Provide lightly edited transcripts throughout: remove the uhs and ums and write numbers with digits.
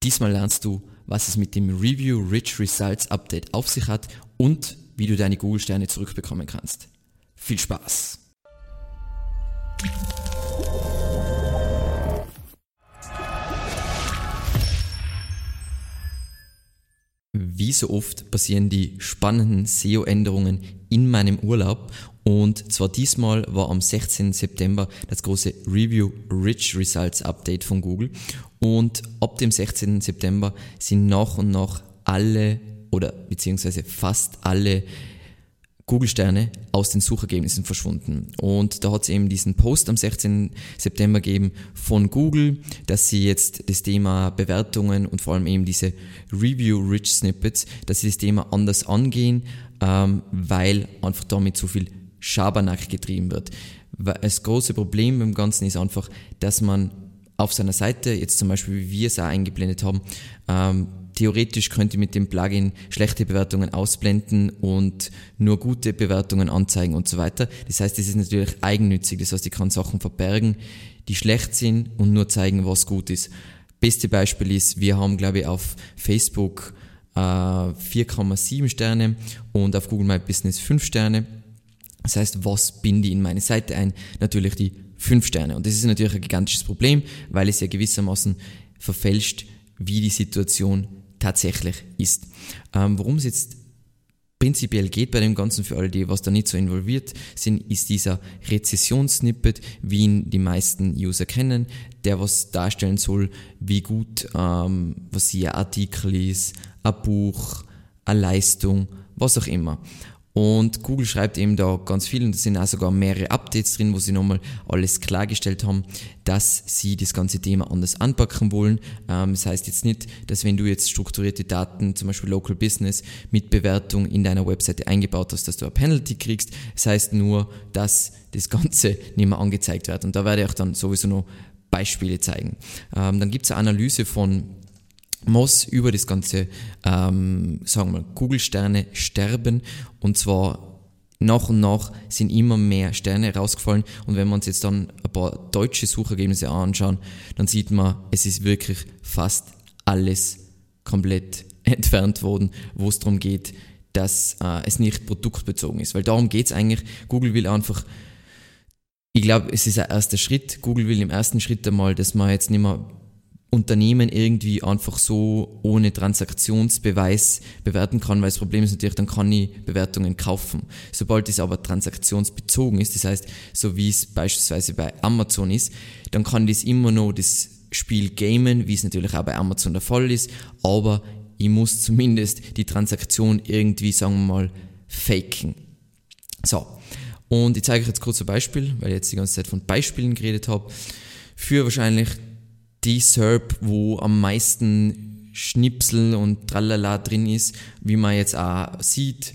Diesmal lernst du, was es mit dem Review Rich Results Update auf sich hat und wie du deine Google-Sterne zurückbekommen kannst. Viel Spaß! Wie so oft passieren die spannenden SEO-Änderungen in meinem Urlaub, und zwar diesmal war am 16. September das große Review Rich Results Update von Google, und ab dem 16. September sind nach und nach alle oder beziehungsweise fast alle Google-Sterne aus den Suchergebnissen verschwunden. Und da hat es eben diesen Post am 16. September gegeben von Google, dass sie jetzt das Thema Bewertungen und vor allem eben diese Review-Rich Snippets, dass sie das Thema anders angehen, weil einfach damit so viel Schabernack getrieben wird. Das große Problem beim Ganzen ist einfach, dass man auf seiner Seite, jetzt zum Beispiel wie wir es auch eingeblendet haben, theoretisch könnte mit dem Plugin schlechte Bewertungen ausblenden und nur gute Bewertungen anzeigen und so weiter. Das heißt, das ist natürlich eigennützig. Das heißt, ich kann Sachen verbergen, die schlecht sind und nur zeigen, was gut ist. Beste Beispiel ist, wir haben, glaube ich, auf Facebook 4,7 Sterne und auf Google My Business 5 Sterne. Das heißt, was binde ich in meine Seite ein? Natürlich die 5 Sterne. Und das ist natürlich ein gigantisches Problem, weil es ja gewissermaßen verfälscht, wie die Situation tatsächlich ist. Worum es jetzt prinzipiell geht bei dem Ganzen, für alle, die was da nicht so involviert sind, ist dieser Rezessionssnippet, wie ihn die meisten User kennen, der was darstellen soll, wie gut was hier ein Artikel ist, ein Buch, eine Leistung, was auch immer. Und Google schreibt eben da ganz viel, und da sind auch sogar mehrere Updates drin, wo sie nochmal alles klargestellt haben, dass sie das ganze Thema anders anpacken wollen. Das heißt jetzt nicht, dass wenn du jetzt strukturierte Daten, zum Beispiel Local Business, mit Bewertung in deiner Webseite eingebaut hast, dass du eine Penalty kriegst. Das heißt nur, dass das Ganze nicht mehr angezeigt wird. Und da werde ich auch dann sowieso noch Beispiele zeigen. Dann gibt es eine Analyse von Moz über das ganze, sagen wir, Google-Sterne sterben, und zwar nach und nach sind immer mehr Sterne rausgefallen, und wenn wir uns jetzt dann ein paar deutsche Suchergebnisse anschauen, dann sieht man, es ist wirklich fast alles komplett entfernt worden, wo es darum geht, dass es nicht produktbezogen ist, weil darum geht es eigentlich. Google will einfach, ich glaube, es ist ein erster Schritt, Google will im ersten Schritt einmal, dass man jetzt nicht mehr Unternehmen irgendwie einfach so ohne Transaktionsbeweis bewerten kann, weil das Problem ist natürlich, dann kann ich Bewertungen kaufen. Sobald es aber transaktionsbezogen ist, das heißt, so wie es beispielsweise bei Amazon ist, dann kann das immer noch das Spiel gamen, wie es natürlich auch bei Amazon der Fall ist, aber ich muss zumindest die Transaktion irgendwie, sagen wir mal, faken. So, und ich zeige euch jetzt kurz ein Beispiel, weil ich jetzt die ganze Zeit von Beispielen geredet habe, für wahrscheinlich die SERP, wo am meisten Schnipsel und Tralala drin ist, wie man jetzt auch sieht,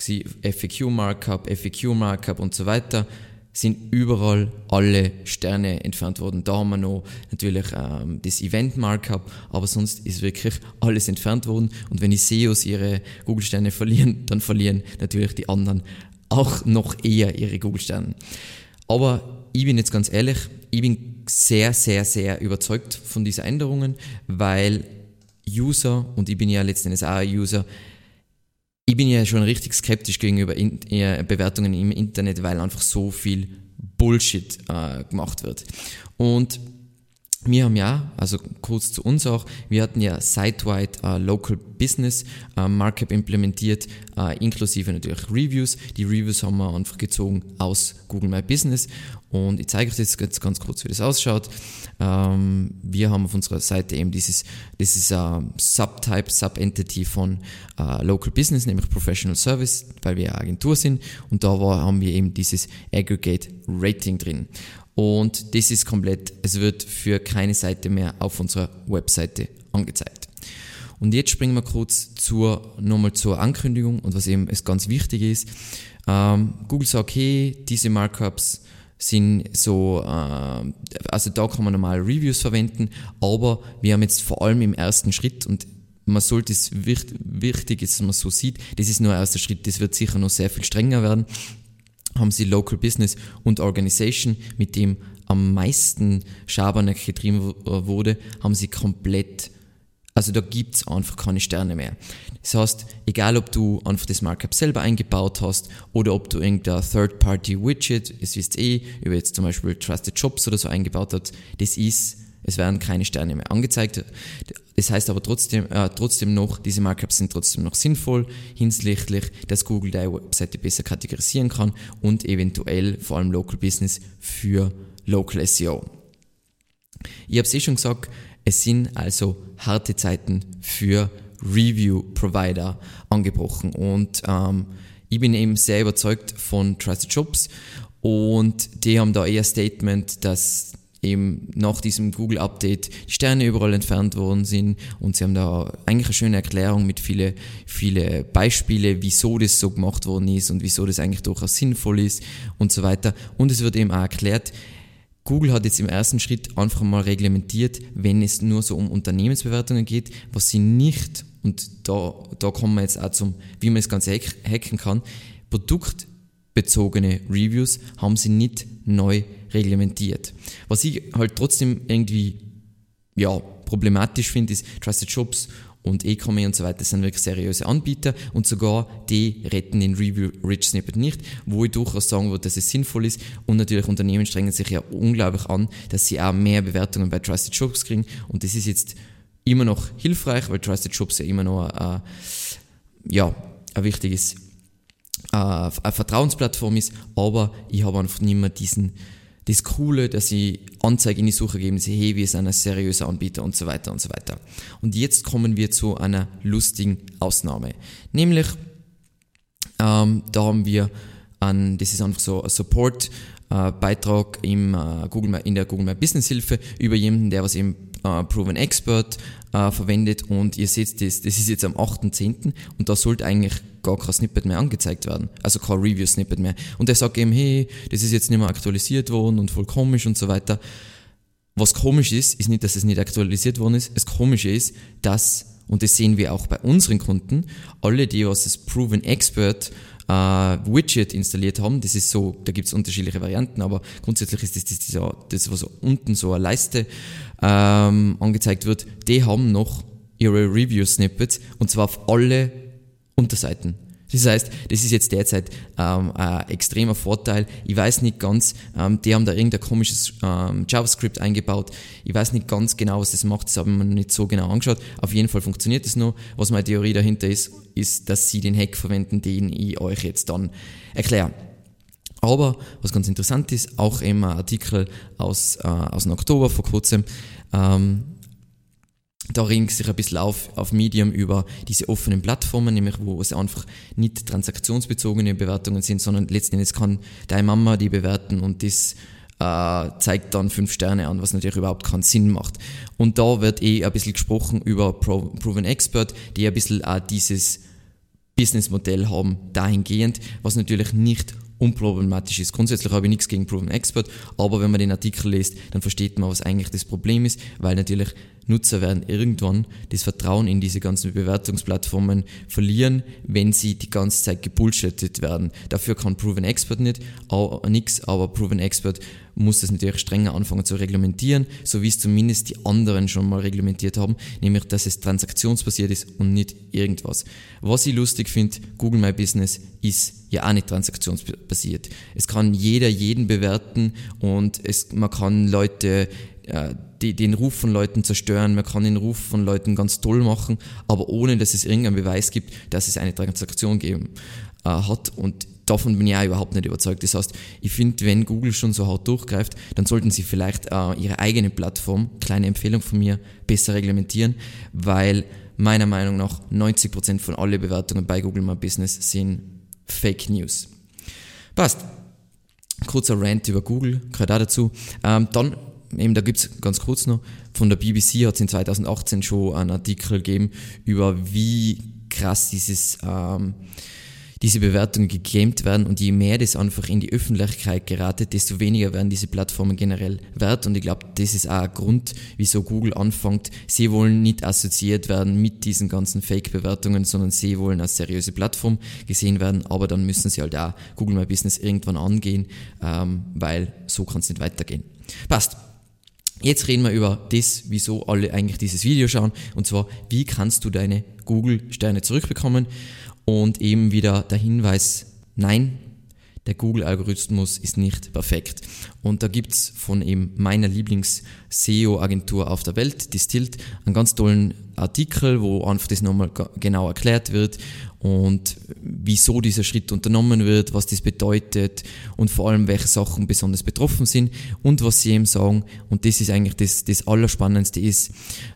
FAQ-Markup und so weiter, sind überall alle Sterne entfernt worden. Da haben wir noch natürlich das Event-Markup, aber sonst ist wirklich alles entfernt worden. Und wenn die SEOs ihre Google-Sterne verlieren, dann verlieren natürlich die anderen auch noch eher ihre Google-Sterne. Aber ich bin jetzt ganz ehrlich, ich bin sehr, sehr, sehr überzeugt von diesen Änderungen, weil User, und ich bin ja letztendlich auch ein User, ich bin ja schon richtig skeptisch gegenüber Bewertungen im Internet, weil einfach so viel Bullshit gemacht wird. Und wir haben ja, also kurz zu uns auch, wir hatten ja site-wide Local Business Markup implementiert, inklusive natürlich Reviews. Die Reviews haben wir einfach gezogen aus Google My Business, und ich zeige euch jetzt ganz kurz, wie das ausschaut. Wir haben auf unserer Seite eben dieses Subtype, Subentity von Local Business, nämlich Professional Service, weil wir eine Agentur sind, und da haben wir eben dieses Aggregate Rating drin. Und das ist komplett, es wird für keine Seite mehr auf unserer Webseite angezeigt. Und jetzt springen wir kurz nochmal zur Ankündigung, und was eben ganz wichtig ist. Google sagt, okay, diese Markups sind so, also da kann man normal Reviews verwenden, aber wir haben jetzt vor allem im ersten Schritt, und man sollte es wichtig ist, dass man so sieht, das ist nur ein erster Schritt, das wird sicher noch sehr viel strenger werden, haben sie Local Business und Organization, mit dem am meisten Schabernack getrieben wurde, haben sie komplett Also da gibt's einfach keine Sterne mehr. Das heißt, egal ob du einfach das Markup selber eingebaut hast oder ob du irgendein Third-Party-Widget, es wisst über jetzt zum Beispiel Trusted Shops oder so eingebaut hast, es werden keine Sterne mehr angezeigt. Das heißt aber trotzdem noch, diese Markups sind trotzdem noch sinnvoll hinsichtlich, dass Google deine Webseite besser kategorisieren kann und eventuell vor allem Local Business für Local SEO. Ich habe es schon gesagt, es sind also harte Zeiten für Review-Provider angebrochen und ich bin eben sehr überzeugt von Trusted Shops und die haben da eher Statement, dass eben nach diesem Google-Update die Sterne überall entfernt worden sind und sie haben da eigentlich eine schöne Erklärung mit viele Beispiele, wieso das so gemacht worden ist und wieso das eigentlich durchaus sinnvoll ist und so weiter. Und es wird eben auch erklärt, Google hat jetzt im ersten Schritt einfach mal reglementiert, wenn es nur so um Unternehmensbewertungen geht, was sie nicht, und da kommen wir jetzt auch zum, wie man das Ganze hacken kann, produktbezogene Reviews haben sie nicht neu reglementiert. Was ich halt trotzdem irgendwie problematisch finde, ist Trusted Shops und E-Commerce und so weiter sind wirklich seriöse Anbieter und sogar die retten den Review-Rich Snippet nicht, wo ich durchaus sagen würde, dass es sinnvoll ist und natürlich Unternehmen strengen sich ja unglaublich an, dass sie auch mehr Bewertungen bei Trusted Shops kriegen und das ist jetzt immer noch hilfreich, weil Trusted Shops ja immer noch ein wichtiges eine Vertrauensplattform ist, aber ich habe einfach nicht mehr das Coole, dass ich Anzeige in die Suche geben, dass hey, wir sind ein seriöser Anbieter und so weiter und so weiter. Und jetzt kommen wir zu einer lustigen Ausnahme. Nämlich, da haben wir das ist einfach so ein Support-Beitrag in der Google My Business Hilfe über jemanden, der was eben Proven Expert verwendet und ihr seht das ist jetzt am 8.10. und da sollte eigentlich gar kein Snippet mehr angezeigt werden, also kein Review-Snippet mehr. Und der sagt eben, hey, das ist jetzt nicht mehr aktualisiert worden und voll komisch und so weiter. Was komisch ist nicht, dass es nicht aktualisiert worden ist. Das Komische ist, dass, und das sehen wir auch bei unseren Kunden, alle, die was das Proven Expert Widget installiert haben, das ist so, da gibt es unterschiedliche Varianten, aber grundsätzlich ist das was unten so eine Leiste angezeigt wird, die haben noch ihre Review-Snippets und zwar auf alle Unterseiten. Das heißt, das ist jetzt derzeit ein extremer Vorteil. Ich weiß nicht ganz, die haben da irgendein komisches JavaScript eingebaut. Ich weiß nicht ganz genau, was das macht. Das habe ich mir nicht so genau angeschaut. Auf jeden Fall funktioniert das noch. Was meine Theorie dahinter ist, dass sie den Hack verwenden, den ich euch jetzt dann erkläre. Aber was ganz interessant ist, auch eben ein Artikel aus dem Oktober vor kurzem, da regen sich ein bisschen auf Medium über diese offenen Plattformen, nämlich wo es einfach nicht transaktionsbezogene Bewertungen sind, sondern letzten Endes kann deine Mama die bewerten und das zeigt dann 5 Sterne an, was natürlich überhaupt keinen Sinn macht. Und da wird ein bisschen gesprochen über Proven Expert, die ein bisschen auch dieses Businessmodell haben dahingehend, was natürlich nicht unproblematisch ist. Grundsätzlich habe ich nichts gegen Proven Expert, aber wenn man den Artikel liest, dann versteht man, was eigentlich das Problem ist, weil natürlich Nutzer werden irgendwann das Vertrauen in diese ganzen Bewertungsplattformen verlieren, wenn sie die ganze Zeit gebullshittet werden. Dafür kann Proven Expert nichts, aber Proven Expert muss das natürlich strenger anfangen zu reglementieren, so wie es zumindest die anderen schon mal reglementiert haben, nämlich dass es transaktionsbasiert ist und nicht irgendwas. Was ich lustig finde, Google My Business ist ja auch nicht transaktionsbasiert. Es kann jeder jeden bewerten und man kann Leute den Ruf von Leuten zerstören, man kann den Ruf von Leuten ganz toll machen, aber ohne, dass es irgendeinen Beweis gibt, dass es eine Transaktion gegeben hat und davon bin ich auch überhaupt nicht überzeugt. Das heißt, ich finde, wenn Google schon so hart durchgreift, dann sollten sie vielleicht ihre eigene Plattform, kleine Empfehlung von mir, besser reglementieren, weil meiner Meinung nach 90% von allen Bewertungen bei Google My Business sind Fake News. Passt. Kurzer Rant über Google, gerade auch dazu. Dann eben, da gibt's ganz kurz noch, von der BBC hat es in 2018 schon einen Artikel gegeben über wie krass diese Bewertungen gegamed werden und je mehr das einfach in die Öffentlichkeit geratet, desto weniger werden diese Plattformen generell wert und ich glaube, das ist auch ein Grund, wieso Google anfängt. Sie wollen nicht assoziiert werden mit diesen ganzen Fake-Bewertungen, sondern sie wollen als seriöse Plattform gesehen werden, aber dann müssen sie halt auch Google My Business irgendwann angehen, weil so kann es nicht weitergehen. Passt. Jetzt reden wir über das, wieso alle eigentlich dieses Video schauen, und zwar, wie kannst du deine Google-Sterne zurückbekommen, und eben wieder der Hinweis, nein, der Google-Algorithmus ist nicht perfekt. Und da gibt's von eben meiner Lieblings-SEO-Agentur auf der Welt, Distilled, einen ganz tollen Artikel, wo einfach das nochmal genau erklärt wird und wieso dieser Schritt unternommen wird, was das bedeutet und vor allem, welche Sachen besonders betroffen sind und was sie eben sagen. Und das ist eigentlich das Allerspannendste ist,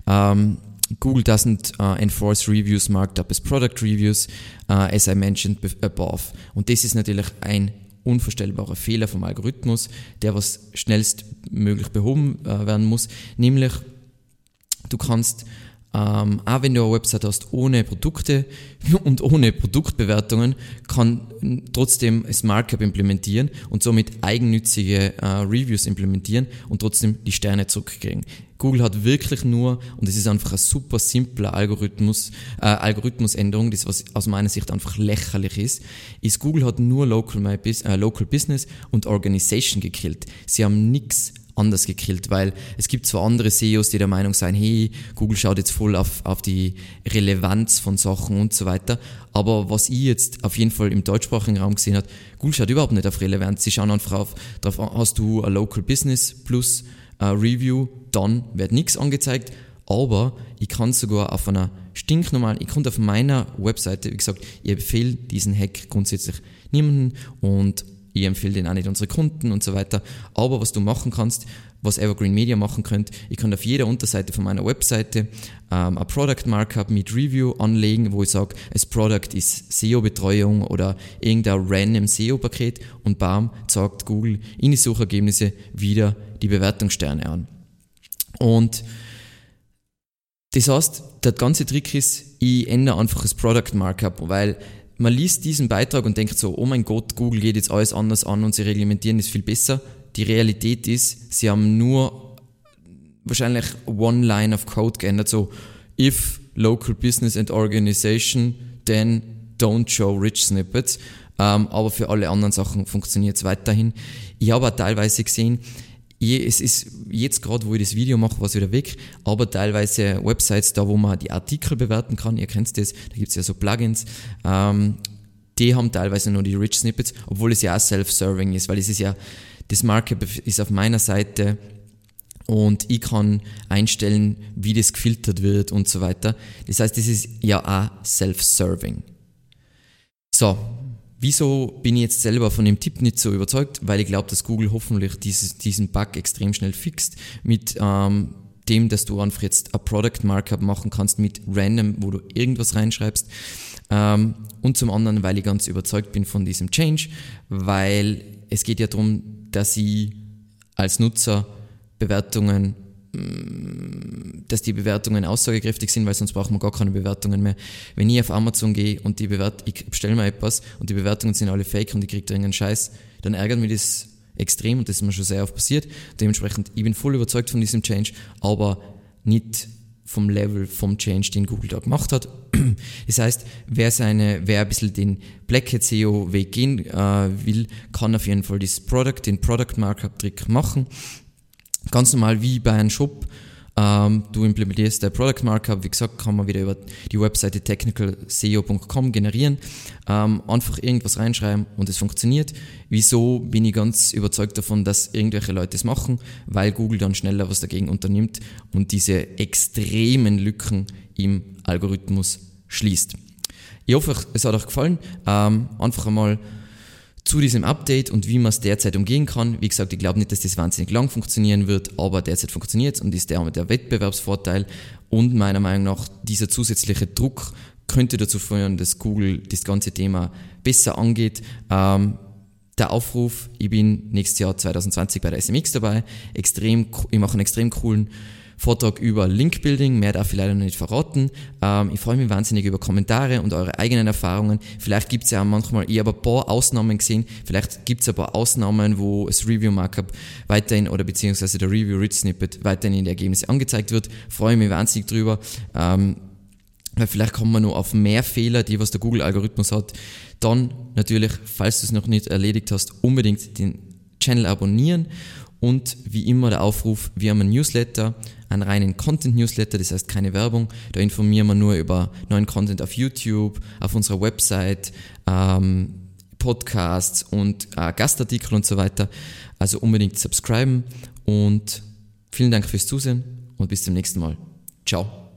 Google doesn't enforce reviews marked up as product reviews, as I mentioned above. Und das ist natürlich ein unvorstellbarer Fehler vom Algorithmus, der was schnellstmöglich behoben werden muss. Nämlich, du kannst, auch wenn du eine Website hast ohne Produkte und ohne Produktbewertungen, kann trotzdem das Markup implementieren und somit eigennützige Reviews implementieren und trotzdem die Sterne zurückkriegen. Google hat wirklich nur, und es ist einfach ein super simpler Algorithmusänderung, das was aus meiner Sicht einfach lächerlich ist Google hat nur Local Business und Organization gekillt. Sie haben nichts anders gekillt, weil es gibt zwar andere SEOs, die der Meinung sind, hey, Google schaut jetzt voll auf die Relevanz von Sachen und so weiter, aber was ich jetzt auf jeden Fall im deutschsprachigen Raum gesehen habe, Google schaut überhaupt nicht auf Relevanz, sie schauen einfach drauf, hast du ein Local Business plus Review, dann wird nichts angezeigt, aber ich kann sogar auf einer stinknormalen, ich konnte auf meiner Webseite, wie gesagt, ich empfehle diesen Hack grundsätzlich niemanden und ich empfehle den auch nicht unsere Kunden und so weiter, aber was du machen kannst, was Evergreen Media machen könnt, ich kann auf jeder Unterseite von meiner Webseite ein Product Markup mit Review anlegen, wo ich sage, das Product ist SEO-Betreuung oder irgendein random SEO-Paket und bam, zeigt Google in die Suchergebnisse wieder die Bewertungssterne an. Und das heißt, der ganze Trick ist, ich ändere einfach das Product Markup, weil man liest diesen Beitrag und denkt so, oh mein Gott, Google geht jetzt alles anders an und sie reglementieren das viel besser. Die Realität ist, sie haben nur wahrscheinlich one line of code geändert, so if local business and organization, then don't show rich snippets. Aber für alle anderen Sachen funktioniert es weiterhin. Ich habe auch teilweise gesehen, es ist jetzt gerade, wo ich das Video mache, was wieder weg, aber teilweise Websites da, wo man die Artikel bewerten kann, ihr kennt das, da gibt es ja so Plugins, die haben teilweise nur die Rich Snippets, obwohl es ja auch self-serving ist, weil es ist ja, das Markup ist auf meiner Seite und ich kann einstellen, wie das gefiltert wird und so weiter. Das heißt, das ist ja auch self-serving. So. Wieso bin ich jetzt selber von dem Tipp nicht so überzeugt? Weil ich glaube, dass Google hoffentlich diesen Bug extrem schnell fixt mit dem, dass du einfach jetzt ein Product Markup machen kannst mit random, wo du irgendwas reinschreibst. Und zum anderen, weil ich ganz überzeugt bin von diesem Change, weil es geht ja darum, dass ich als Nutzer Bewertungen, dass die Bewertungen aussagekräftig sind, weil sonst braucht man gar keine Bewertungen mehr. Wenn ich auf Amazon gehe und ich bestelle mir etwas und die Bewertungen sind alle fake und ich kriege da irgendeinen Scheiß, dann ärgert mich das extrem und das ist mir schon sehr oft passiert. Dementsprechend, ich bin voll überzeugt von diesem Change, aber nicht vom Level vom Change, den Google da gemacht hat. Das heißt, wer ein bisschen den Black Hat SEO Weg gehen will, kann auf jeden Fall den Product Markup Trick machen. Ganz normal wie bei einem Shop, du implementierst der Product Markup, wie gesagt, kann man wieder über die Webseite technicalseo.com generieren, einfach irgendwas reinschreiben und es funktioniert. Wieso bin ich ganz überzeugt davon, dass irgendwelche Leute es machen? Weil Google dann schneller was dagegen unternimmt und diese extremen Lücken im Algorithmus schließt. Ich hoffe, es hat euch gefallen. Einfach einmal zu diesem Update und wie man es derzeit umgehen kann. Wie gesagt, ich glaube nicht, dass das wahnsinnig lang funktionieren wird, aber derzeit funktioniert es und ist der Wettbewerbsvorteil und meiner Meinung nach dieser zusätzliche Druck könnte dazu führen, dass Google das ganze Thema besser angeht. Der Aufruf, ich bin nächstes Jahr 2020 bei der SMX dabei, ich mache einen extrem coolen Vortrag über Link-Building, mehr darf ich leider noch nicht verraten. Ich freue mich wahnsinnig über Kommentare und eure eigenen Erfahrungen. Vielleicht gibt es ja auch manchmal, ich habe ein paar Ausnahmen gesehen, vielleicht gibt es ein paar Ausnahmen, wo das Review-Markup weiterhin oder beziehungsweise der Review-Rich-Snippet weiterhin in die Ergebnisse angezeigt wird. Freue mich wahnsinnig drüber, weil vielleicht kommen wir noch auf mehr Fehler, die was der Google-Algorithmus hat. Dann natürlich, falls du es noch nicht erledigt hast, unbedingt den Channel abonnieren Und wie immer der Aufruf, wir haben einen Newsletter, einen reinen Content-Newsletter, das heißt keine Werbung. Da informieren wir nur über neuen Content auf YouTube, auf unserer Website, Podcasts und Gastartikel und so weiter. Also unbedingt subscriben und vielen Dank fürs Zusehen und bis zum nächsten Mal. Ciao.